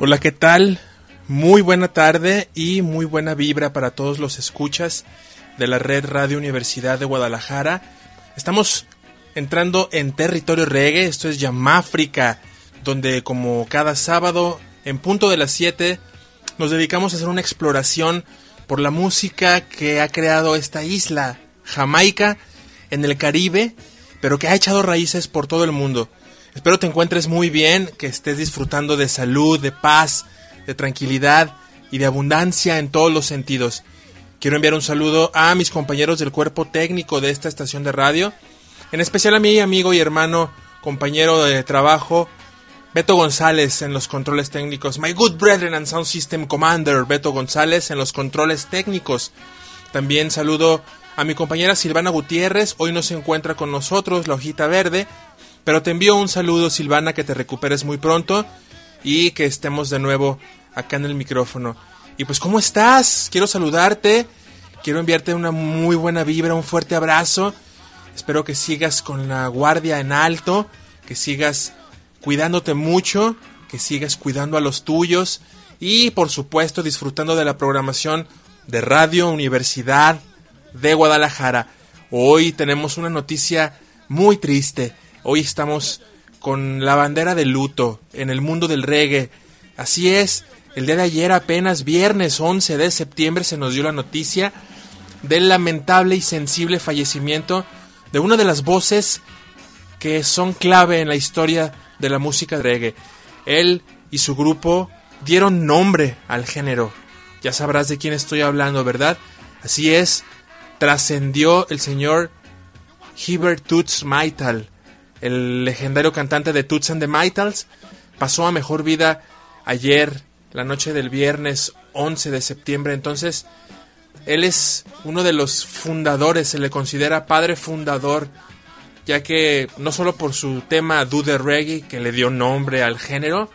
Hola, ¿qué tal? Muy buena tarde y muy buena vibra para todos los escuchas de la red Radio Universidad de Guadalajara. Estamos entrando en territorio reggae, esto es Yamáfrica, donde como cada sábado, en punto de las 7, nos dedicamos a hacer una exploración por la música que ha creado esta isla, Jamaica, en el Caribe, pero que ha echado raíces por todo el mundo. Espero te encuentres muy bien, que estés disfrutando de salud, de paz, de tranquilidad y de abundancia en todos los sentidos. Quiero enviar un saludo a mis compañeros del cuerpo técnico de esta estación de radio, en especial a mi amigo y hermano, compañero de trabajo, Beto González en los controles técnicos. My good brethren and sound system commander, Beto González en los controles técnicos. También saludo a mi compañera Silvana Gutiérrez, hoy no se encuentra con nosotros, la hojita verde, pero te envío un saludo, Silvana, que te recuperes muy pronto y que estemos de nuevo acá en el micrófono. Y pues, ¿cómo estás? Quiero saludarte, quiero enviarte una muy buena vibra, un fuerte abrazo. Espero que sigas con la guardia en alto, que sigas cuidándote mucho, que sigas cuidando a los tuyos y, por supuesto, disfrutando de la programación de Radio Universidad de Guadalajara. Hoy tenemos una noticia muy triste. Hoy estamos con la bandera de luto en el mundo del reggae. Así es, el día de ayer, apenas viernes 11 de septiembre, se nos dio la noticia del lamentable y sensible fallecimiento de una de las voces que son clave en la historia de la música reggae. Él y su grupo dieron nombre al género. Ya sabrás de quién estoy hablando, ¿verdad? Así es, trascendió el señor Herbert Toots Maytal. El legendario cantante de Toots and the Maytals pasó a mejor vida ayer, la noche del viernes 11 de septiembre. Entonces, él es uno de los fundadores, se le considera padre fundador, ya que no solo por su tema Do the Reggae, que le dio nombre al género,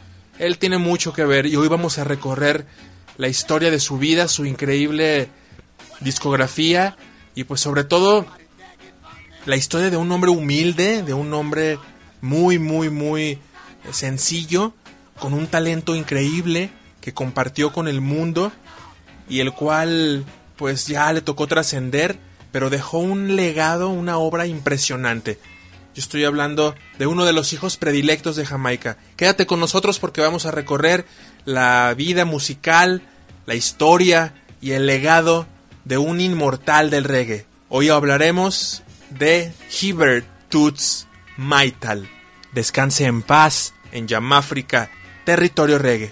él tiene mucho que ver y hoy vamos a recorrer la historia de su vida, su increíble discografía y pues sobre todo la historia de un hombre humilde, de un hombre muy sencillo, con un talento increíble que compartió con el mundo y el cual pues ya le tocó trascender, pero dejó un legado, una obra impresionante. Yo estoy hablando de uno de los hijos predilectos de Jamaica. Quédate con nosotros porque vamos a recorrer la vida musical, la historia y el legado de un inmortal del reggae. Hoy hablaremos de Herbert Toots Maytal. Descanse en paz en Yamáfrica, territorio reggae.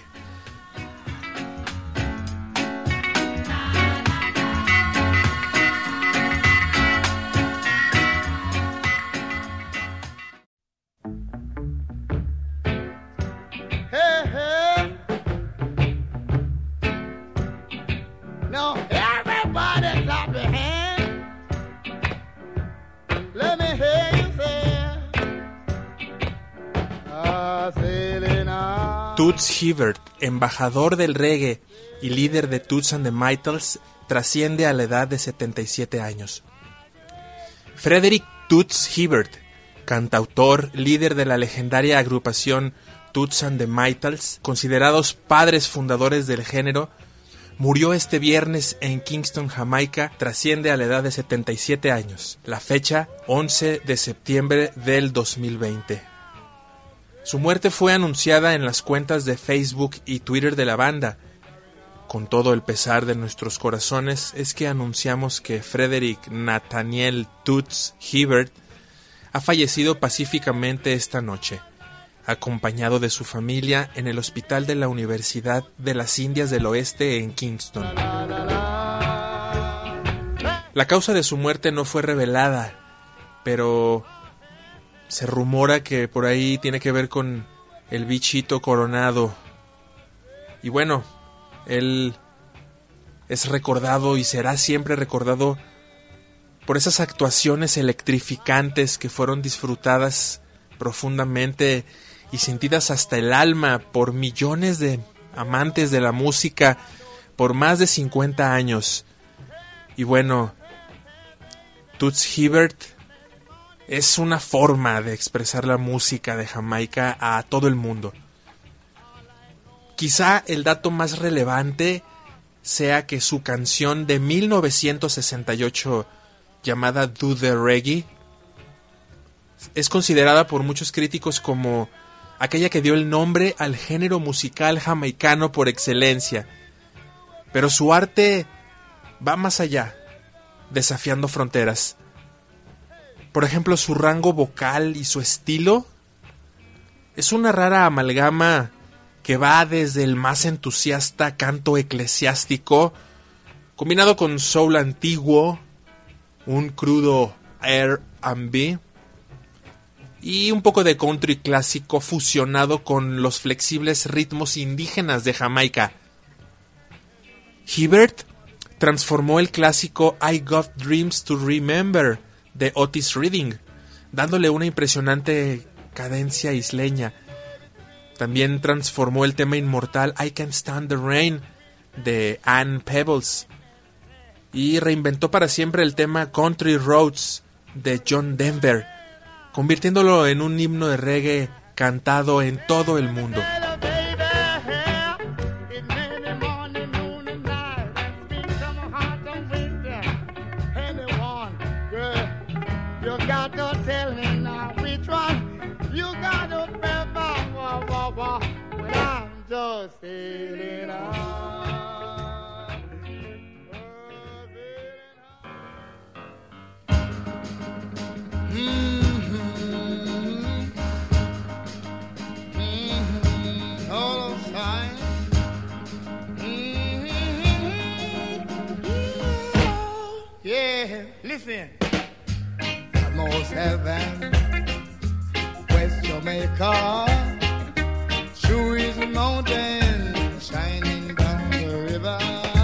Toots Hibbert, embajador del reggae y líder de Toots and the Maytals, trasciende a la edad de 77 años. Frederick Toots Hibbert, cantautor, líder de la legendaria agrupación Toots and the Maytals, considerados padres fundadores del género, murió este viernes en Kingston, Jamaica, trasciende a la edad de 77 años, la fecha 11 de septiembre del 2020. Su muerte fue anunciada en las cuentas de Facebook y Twitter de la banda. Con todo el pesar de nuestros corazones es que anunciamos que Frederick Nathaniel Toots Hibbert ha fallecido pacíficamente esta noche, acompañado de su familia en el hospital de la Universidad de las Indias del Oeste en Kingston. La causa de su muerte no fue revelada, pero se rumora que por ahí tiene que ver con el bichito coronado. Y bueno, él es recordado y será siempre recordado por esas actuaciones electrificantes que fueron disfrutadas profundamente y sentidas hasta el alma por millones de amantes de la música por más de 50 años. Y bueno, Toots Hibbert es una forma de expresar la música de Jamaica a todo el mundo. Quizá el dato más relevante sea que su canción de 1968 llamada Do the Reggae es considerada por muchos críticos como aquella que dio el nombre al género musical jamaicano por excelencia. Pero su arte va más allá, desafiando fronteras. Por ejemplo, su rango vocal y su estilo es una rara amalgama que va desde el más entusiasta canto eclesiástico, combinado con soul antiguo, un crudo R&B y un poco de country clásico fusionado con los flexibles ritmos indígenas de Jamaica. Hibbert transformó el clásico I Got Dreams to Remember de Otis Redding, dándole una impresionante cadencia isleña. También transformó el tema inmortal I Can't Stand the Rain de Ann Peebles y reinventó para siempre el tema Country Roads de John Denver, convirtiéndolo en un himno de reggae cantado en todo el mundo. Listen, almost heaven, West Jamaica, through his mountain, shining down the river.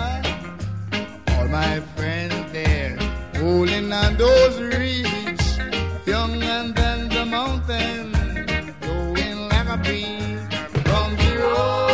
All my friends there, holding on those reeds, young and then the mountain, going like a bee from the road.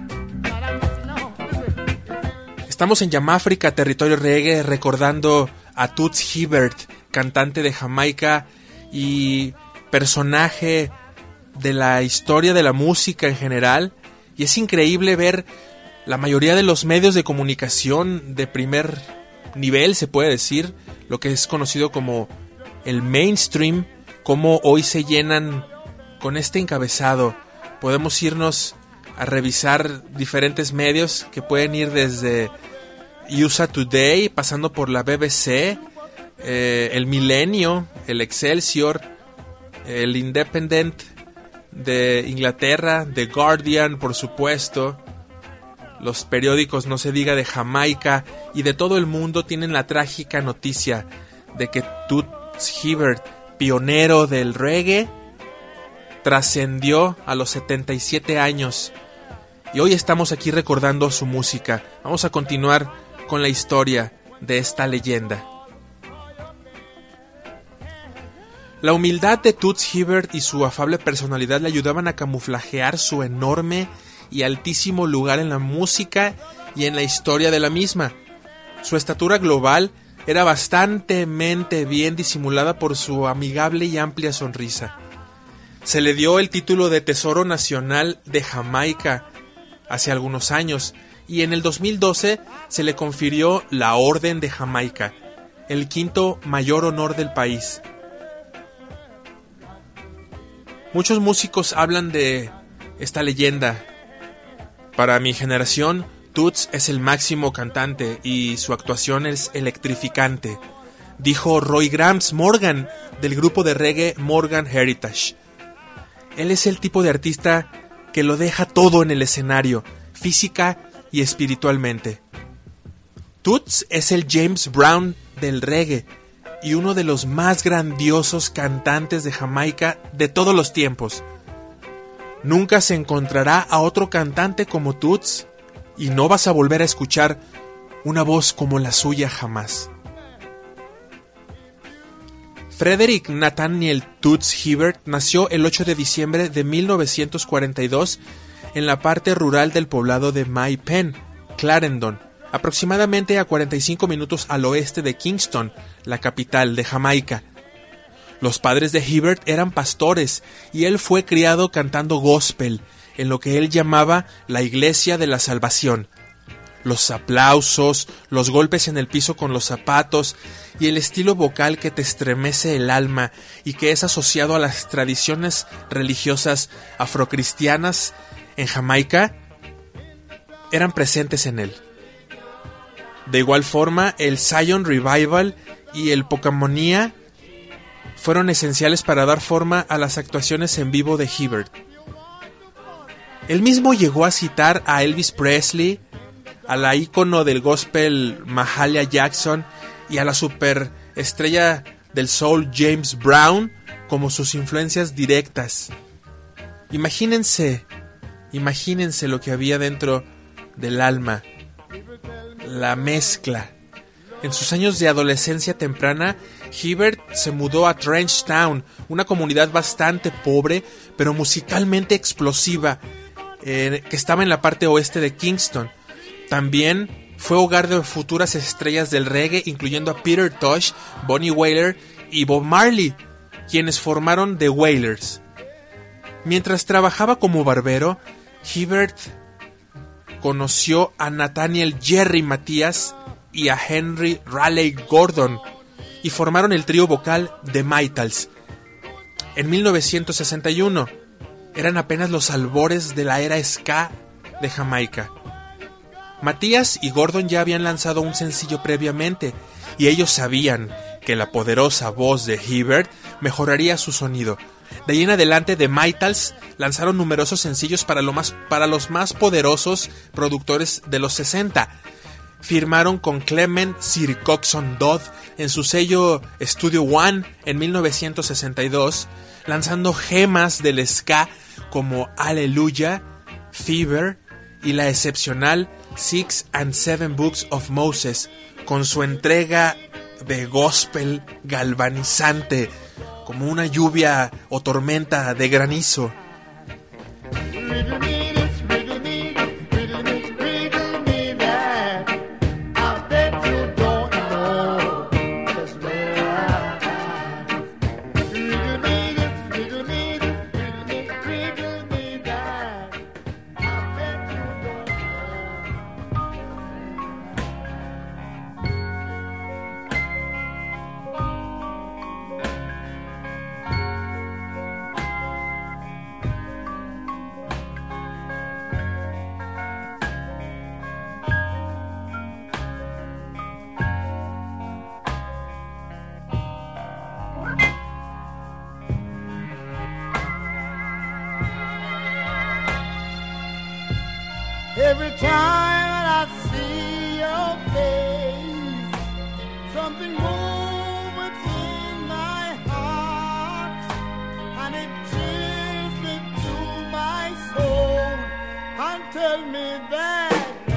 Estamos en Yamáfrica, territorio reggae, recordando a Toots Hibbert, cantante de Jamaica y personaje de la historia de la música en general. Y es increíble ver la mayoría de los medios de comunicación de primer nivel, se puede decir, lo que es conocido como el mainstream, cómo hoy se llenan con este encabezado. Podemos irnos a revisar diferentes medios que pueden ir desde USA Today, pasando por la BBC, el Milenio, el Excelsior, el Independent de Inglaterra, The Guardian, por supuesto. Los periódicos, no se diga, de Jamaica y de todo el mundo tienen la trágica noticia de que Toots Hibbert, pionero del reggae, trascendió a los 77 años. Y hoy estamos aquí recordando su música. Vamos a continuar con la historia de esta leyenda. La humildad de Toots Hibbert y su afable personalidad le ayudaban a camuflajear su enorme y altísimo lugar en la música y en la historia de la misma. Su estatura global era bastantemente bien disimulada por su amigable y amplia sonrisa. Se le dio el título de Tesoro Nacional de Jamaica hace algunos años, y en el 2012 se le confirió la Orden de Jamaica, el quinto mayor honor del país. Muchos músicos hablan de esta leyenda. Para mi generación, Toots es el máximo cantante y su actuación es electrificante, dijo Roy Grams Morgan del grupo de reggae Morgan Heritage. Él es el tipo de artista que lo deja todo en el escenario, física y espiritualmente. Toots es el James Brown del reggae y uno de los más grandiosos cantantes de Jamaica de todos los tiempos. Nunca se encontrará a otro cantante como Toots y no vas a volver a escuchar una voz como la suya jamás. Frederick Nathaniel Toots Hibbert nació el 8 de diciembre de 1942 en la parte rural del poblado de May Pen, Clarendon, aproximadamente a 45 minutos al oeste de Kingston, la capital de Jamaica. Los padres de Hibbert eran pastores y él fue criado cantando gospel en lo que él llamaba la Iglesia de la Salvación. Los aplausos, los golpes en el piso con los zapatos y el estilo vocal que te estremece el alma y que es asociado a las tradiciones religiosas afrocristianas en Jamaica eran presentes en él. De igual forma, el Zion Revival y el Pocamonía fueron esenciales para dar forma a las actuaciones en vivo de Hibbert. Él mismo llegó a citar a Elvis Presley, a la ícono del gospel Mahalia Jackson y a la superestrella del soul James Brown como sus influencias directas. Imagínense lo que había dentro del alma, la mezcla. En sus años de adolescencia temprana, Hibbert se mudó a Trenchtown, una comunidad bastante pobre, pero musicalmente explosiva, que estaba en la parte oeste de Kingston. También fue hogar de futuras estrellas del reggae, incluyendo a Peter Tosh, Bunny Wailer y Bob Marley, quienes formaron The Wailers. Mientras trabajaba como barbero, Hibbert conoció a Nathaniel Jerry Matías y a Henry Raleigh Gordon y formaron el trío vocal The Maytals. En 1961 eran apenas los albores de la era ska de Jamaica. Matías y Gordon ya habían lanzado un sencillo previamente y ellos sabían que la poderosa voz de Hibbert mejoraría su sonido. De ahí en adelante, The Maytals lanzaron numerosos sencillos para los más poderosos productores de los 60. Firmaron con Clement Sir Coxsone Dodd en su sello Studio One en 1962, lanzando gemas del ska como Hallelujah, Fever y la excepcional Six and Seven Books of Moses, con su entrega de gospel galvanizante, como una lluvia o tormenta de granizo. Every time I see your face, something moves within my heart, and it chills me to my soul, and tell me that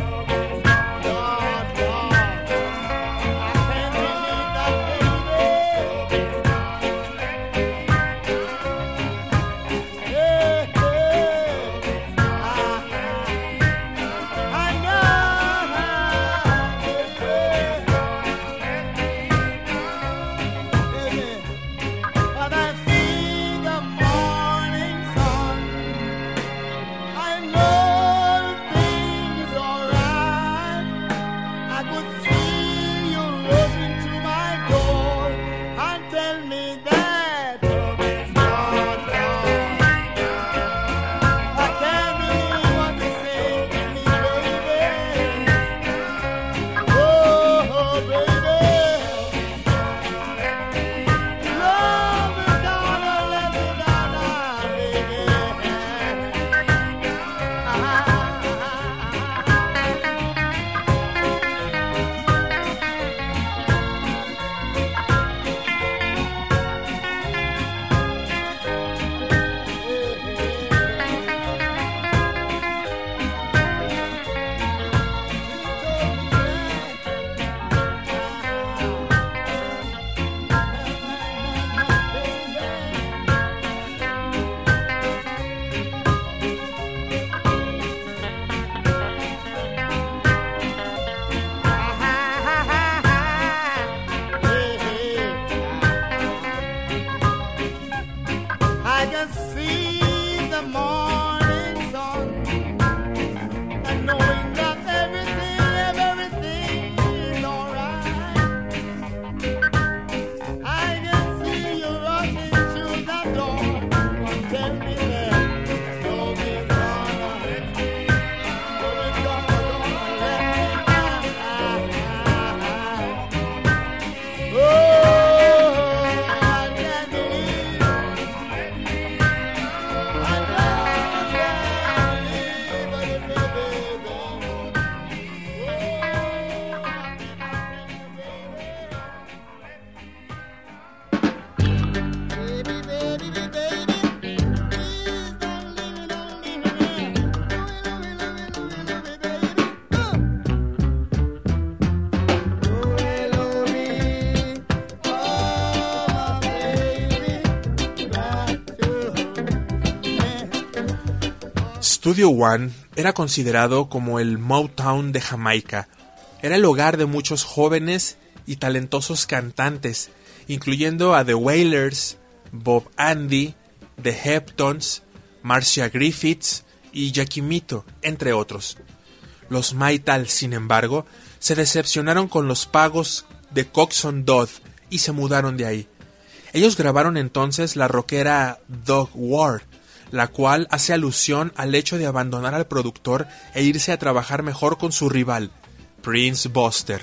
Studio One era considerado como el Motown de Jamaica. Era el hogar de muchos jóvenes y talentosos cantantes, incluyendo a The Wailers, Bob Andy, The Heptones, Marcia Griffiths y Jackie Mito, entre otros. Los Maytals, sin embargo, se decepcionaron con los pagos de Coxsone Dodd y se mudaron de ahí. Ellos grabaron entonces la rockera Dog War, la cual hace alusión al hecho de abandonar al productor e irse a trabajar mejor con su rival, Prince Buster.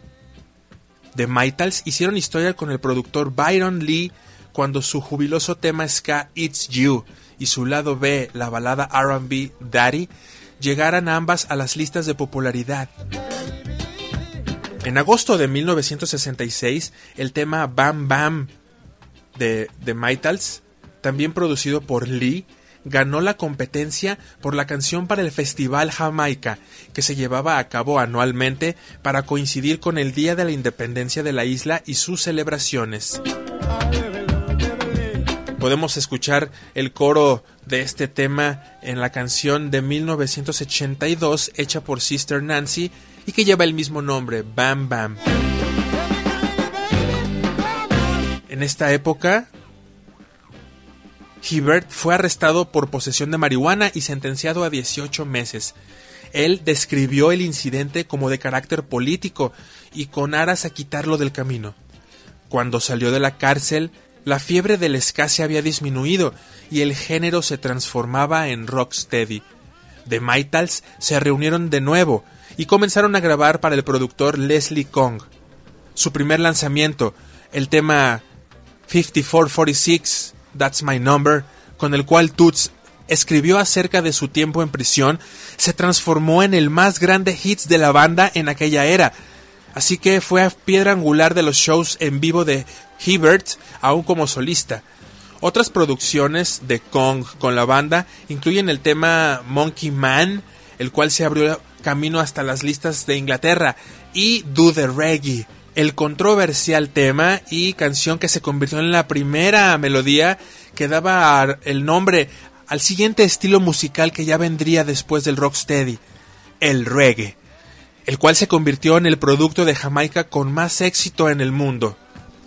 The Maytals hicieron historia con el productor Byron Lee cuando su jubiloso tema ska It's You y su lado B, la balada R&B Daddy, llegaran ambas a las listas de popularidad. En agosto de 1966, el tema Bam Bam de The Maytals, también producido por Lee, ganó la competencia por la canción para el Festival Jamaica, que se llevaba a cabo anualmente para coincidir con el Día de la Independencia de la isla y sus celebraciones. Podemos escuchar el coro de este tema en la canción de 1982 hecha por Sister Nancy y que lleva el mismo nombre, Bam Bam. En esta época, Hibbert fue arrestado por posesión de marihuana y sentenciado a 18 meses. Él describió el incidente como de carácter político y con aras a quitarlo del camino. Cuando salió de la cárcel, la fiebre del ska se había disminuido y el género se transformaba en rocksteady. The Maytals se reunieron de nuevo y comenzaron a grabar para el productor Leslie Kong. Su primer lanzamiento, el tema 5446, That's My Number, con el cual Toots escribió acerca de su tiempo en prisión, se transformó en el más grande hits de la banda en aquella era. Así que fue piedra angular de los shows en vivo de Hibbert, aún como solista. Otras producciones de Kong con la banda incluyen el tema Monkey Man, el cual se abrió camino hasta las listas de Inglaterra, y Do the Reggae, el controversial tema y canción que se convirtió en la primera melodía que daba el nombre al siguiente estilo musical que ya vendría después del rocksteady, el reggae, el cual se convirtió en el producto de Jamaica con más éxito en el mundo.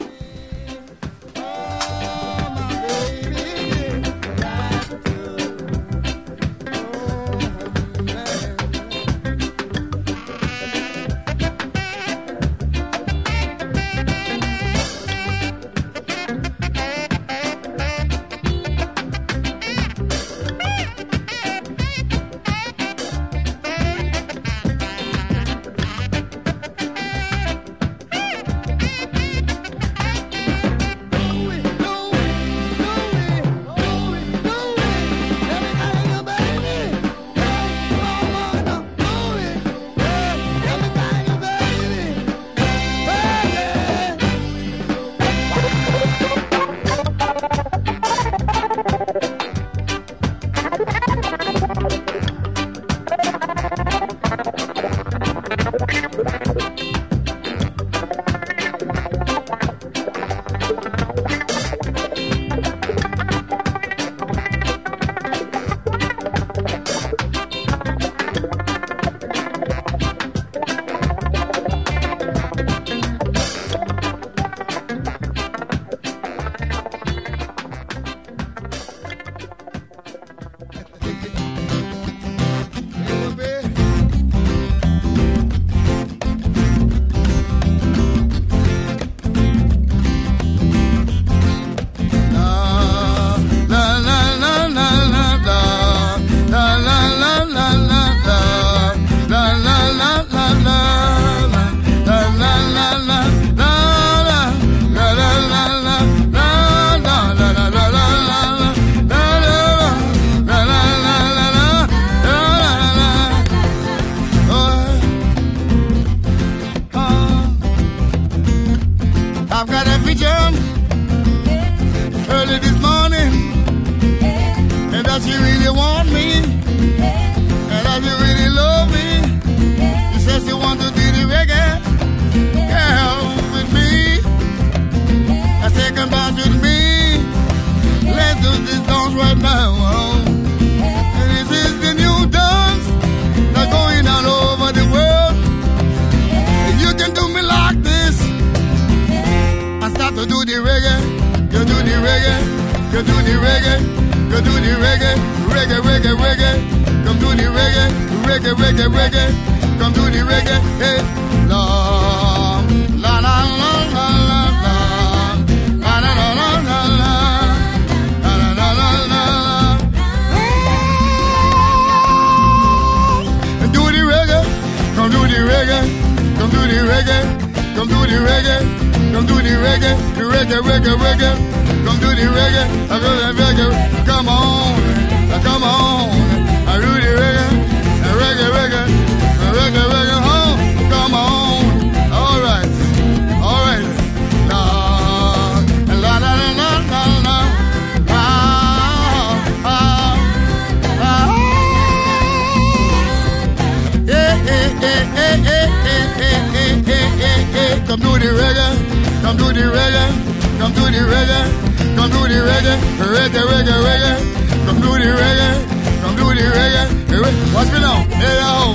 Come do the reggae, come do the reggae, come do the reggae, come do the reggae, reggae, reggae, reggae, come do the reggae, come do the reggae. Watch me now, hey yo,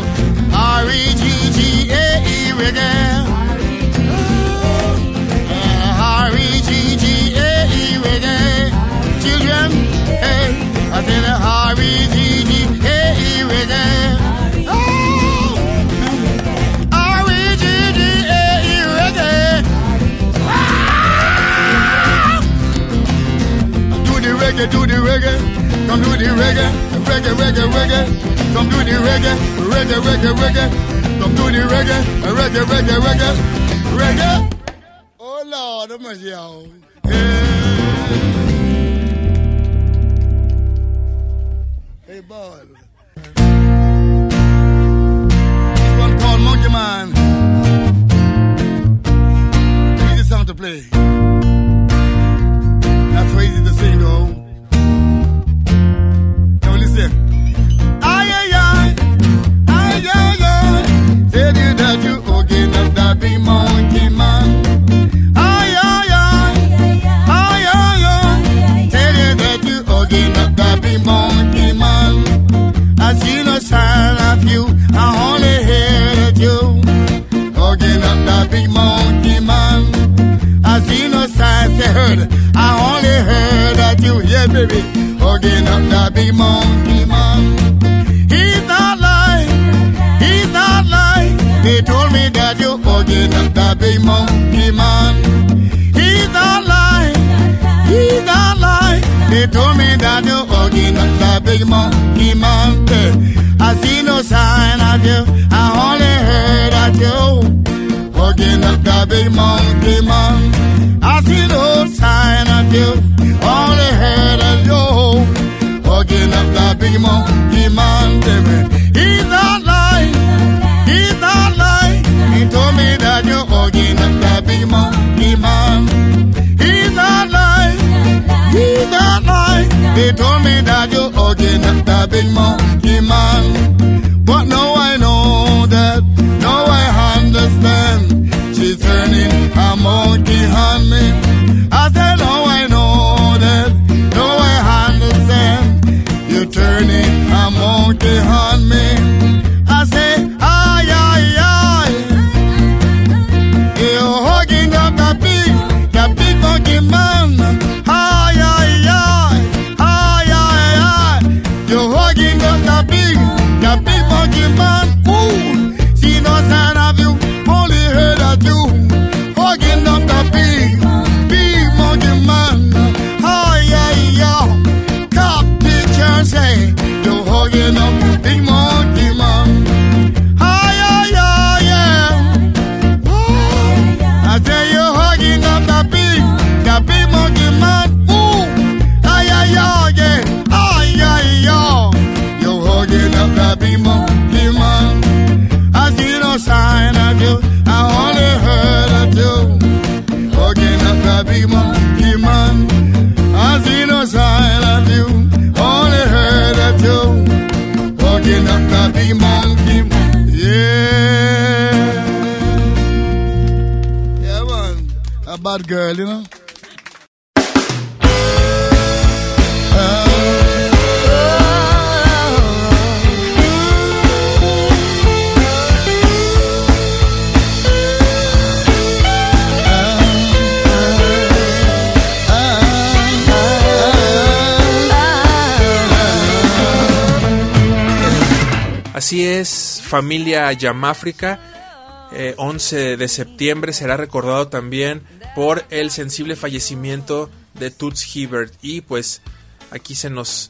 R-E-G-G-A-E reggae, R-E-G-G-A-E reggae. Children, hey, I said R-E-G-G-A-E reggae. Reggae, do the reggae, come do the reggae, reggae, reggae, reggae, come do the reggae, reggae, reggae, reggae, come do the reggae, reggae, reggae, reggae, reggae. Oh Lord, have mercy, y'all. Hey, boy. This one called Monkey Man. Easy song to play. Not so easy to sing, though. Now listen. Ay, ay, ay. Ay, ay, ay. Said you that you hooking up that big monkey man. Ay, ay, ay. Ay, ay, ay. Tell you that you hooking up that big monkey man. I see no sign of you, I only heard you hugging up that big monkey man. I see no signs, I heard, I only heard that you, yeah baby, hugging up that big monkey man. He's not lying, they told me that you hugging up that big monkey man. He's not lying, they told me that you hugging up that big monkey man. I see no sign of you, I only heard that you hugging up that big monkey man. I see no sign of you, only heard of you hugging up that big monkey man. He's not lying, he told me that you hugging up that big monkey man. He's not lying, they told me that you hugging up that big monkey man. But now I know that, now I understand. She's turning a monkey on me. I said now I know that, now I understand. You're turning a monkey on me. I say, ay, ay, ay. You're hugging up that big monkey man. Ay, ay, ay. Ay, ay, ay. You're hugging up that big monkey man. Ooh, see no sign of you, only heard of you hugging up that big monkey man. Ay, ay, ay. Cop picture and say you're hugging up the big monkey man. Ay, ay, ay, yeah. Ooh, I say you're hugging up that big monkey man. Ooh, ay, ay, ay, yeah. Ay, ay, ay. You're hugging up that big monkey man. I see no sign of you, I only heard of you hugging up that big monkey man. I see no sign of you, only heard of you hugging up that big monkey man. Yeah. Yeah, man. A bad girl, you know. Así es, familia Yamáfrica. 11 de septiembre será recordado también por el sensible fallecimiento de Toots Hibbert. Y pues aquí se nos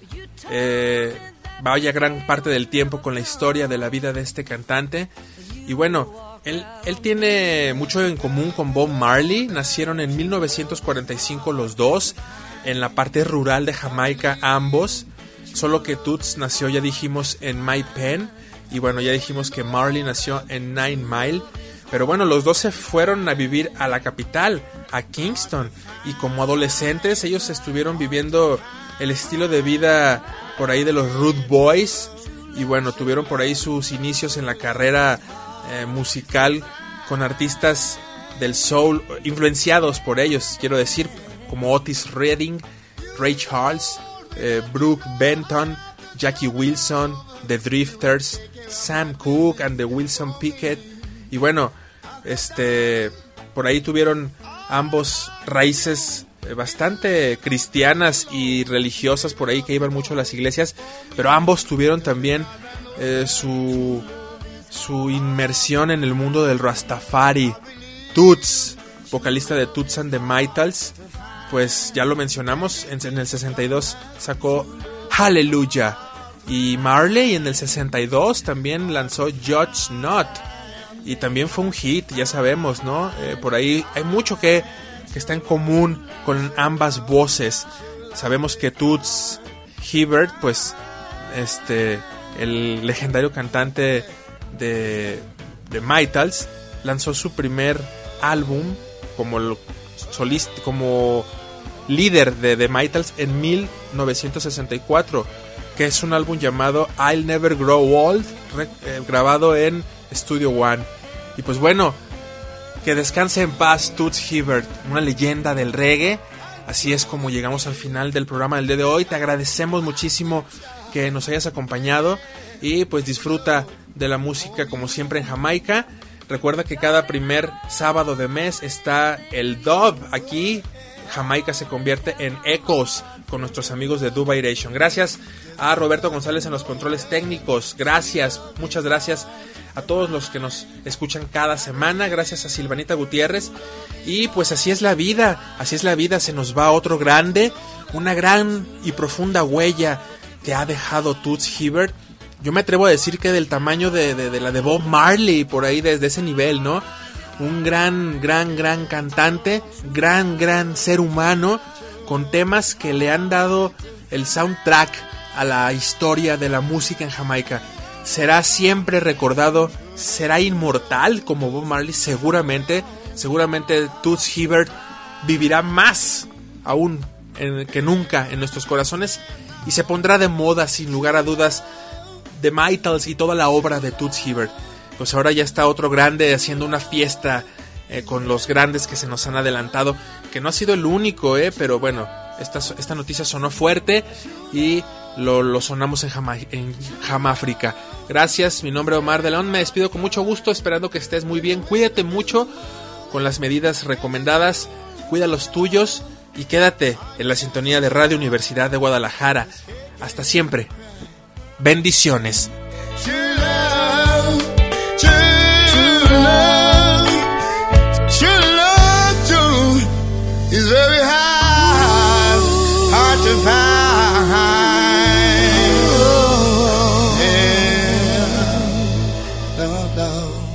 vaya gran parte del tiempo con la historia de la vida de este cantante. Y bueno, él tiene mucho en común con Bob Marley. Nacieron en 1945 los dos, en la parte rural de Jamaica ambos. Solo que Toots nació, ya dijimos, en My Pen. Y bueno, ya dijimos que Marley nació en 9 Mile. Pero bueno, los dos se fueron a vivir a la capital, a Kingston. Y como adolescentes ellos estuvieron viviendo el estilo de vida por ahí de los Rude Boys. Y bueno, tuvieron por ahí sus inicios en la carrera musical con artistas del soul, influenciados por ellos, quiero decir, como Otis Redding, Ray Charles, Brooke Benton, Jackie Wilson, The Drifters, Sam Cooke and the Wilson Pickett. Y bueno, por ahí tuvieron ambos raíces bastante cristianas y religiosas, por ahí que iban mucho a las iglesias, pero ambos tuvieron también su inmersión en el mundo del Rastafari. Toots, vocalista de Toots and the Maytals, pues ya lo mencionamos, en el 62 sacó Hallelujah. Y Marley en el 62 también lanzó Judge Not, y también fue un hit, ya sabemos, ¿no? Por ahí hay mucho que está en común con ambas voces. Sabemos que Toots Hibbert pues el legendario cantante de Maytals, lanzó su primer álbum como solista, como líder de Maytals en 1964, que es un álbum llamado I'll Never Grow Old, grabado en Studio One. Y pues bueno, que descanse en paz Toots Hibbert, una leyenda del reggae. Así es como llegamos al final del programa del día de hoy. Te agradecemos muchísimo que nos hayas acompañado y pues disfruta de la música como siempre en Jamaica. Recuerda que cada primer sábado de mes está el dub. Aquí Jamaica se convierte en ecos con nuestros amigos de Dubairation. Gracias a Roberto González en los controles técnicos. Gracias, muchas gracias a todos los que nos escuchan cada semana. Gracias a Silvanita Gutiérrez. Y pues así es la vida, se nos va otro grande, una gran y profunda huella que ha dejado Toots Hibbert. Yo me atrevo a decir que del tamaño de la de Bob Marley, por ahí desde ese nivel, ¿no? Un gran cantante, gran ser humano, con temas que le han dado el soundtrack a la historia de la música en Jamaica. Será siempre recordado, será inmortal como Bob Marley, seguramente Toots Hibbert vivirá más aún que nunca en nuestros corazones y se pondrá de moda sin lugar a dudas The Maytals y toda la obra de Toots Hibbert. Pues ahora ya está otro grande haciendo una fiesta con los grandes que se nos han adelantado, que no ha sido el único, pero bueno, esta noticia sonó fuerte y lo sonamos en Jamáfrica. Gracias, mi nombre es Omar de León, me despido con mucho gusto, esperando que estés muy bien. Cuídate mucho con las medidas recomendadas, cuida los tuyos y quédate en la sintonía de Radio Universidad de Guadalajara. Hasta siempre. Bendiciones. It's very hard to find. Yeah, no.